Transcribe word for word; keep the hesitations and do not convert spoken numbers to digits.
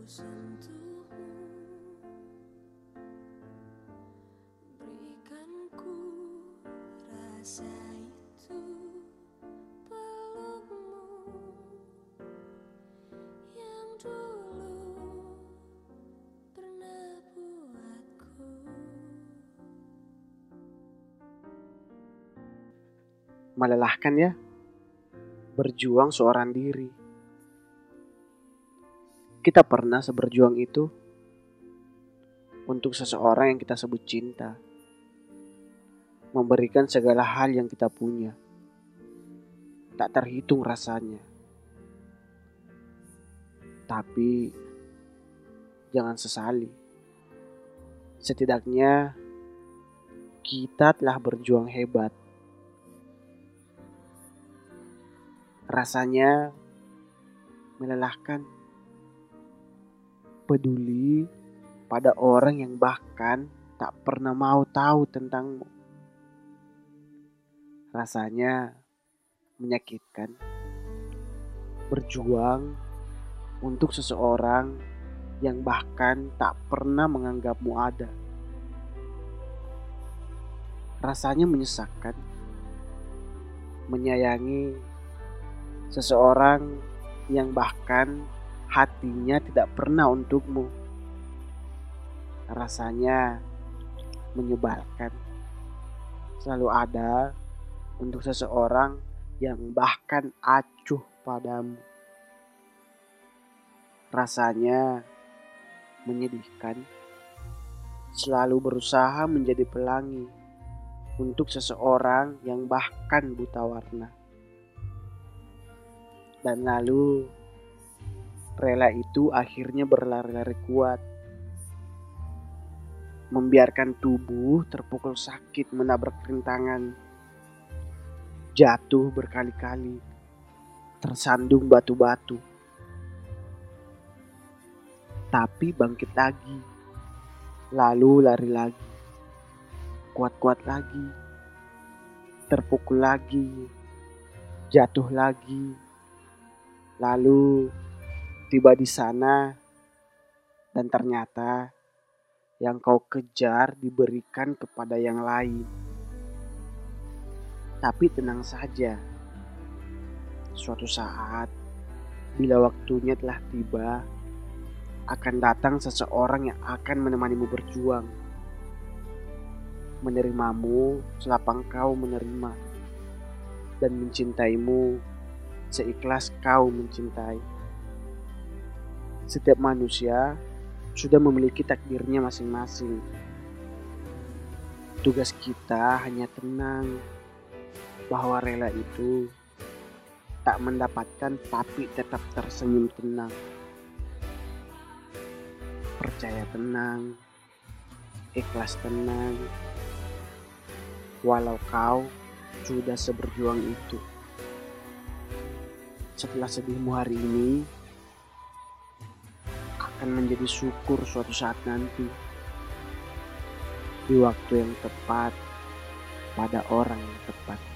sentuhmu, berikan ku rasa itu, pelukmu yang dulu pernah buatku. Melelahkan ya, berjuang seorang diri. Kita pernah seberjuang itu untuk seseorang yang kita sebut cinta, memberikan segala hal yang kita punya, tak terhitung rasanya. Tapi jangan sesali, setidaknya kita telah berjuang hebat. Rasanya melelahkan, peduli pada orang yang bahkan tak pernah mau tahu tentangmu. Rasanya menyakitkan, berjuang untuk seseorang yang bahkan tak pernah menganggapmu ada. Rasanya menyesakkan, menyayangi seseorang yang bahkan hatinya tidak pernah untukmu. Rasanya menyebalkan, selalu ada untuk seseorang yang bahkan acuh padamu. Rasanya menyedihkan, selalu berusaha menjadi pelangi untuk seseorang yang bahkan buta warna. Dan lalu rela itu akhirnya berlari-lari kuat, membiarkan tubuh terpukul sakit menabrak rintangan, jatuh berkali-kali, tersandung batu-batu. Tapi bangkit lagi, lalu lari lagi, kuat-kuat lagi, terpukul lagi, jatuh lagi, lalu tiba di sana dan ternyata yang kau kejar diberikan kepada yang lain. Tapi tenang saja, suatu saat bila waktunya telah tiba, akan datang seseorang yang akan menemanimu berjuang, menerimamu selapang kau menerima, dan mencintaimu seikhlas kau mencintai. Setiap manusia sudah memiliki takdirnya masing-masing. Tugas kita hanya tenang bahwa rela itu tak mendapatkan tapi tetap tersenyum tenang. Percaya tenang, ikhlas tenang, walau kau sudah seberjuang itu. Setelah sedihmu hari ini akan menjadi syukur suatu saat nanti, di waktu yang tepat, pada orang yang tepat.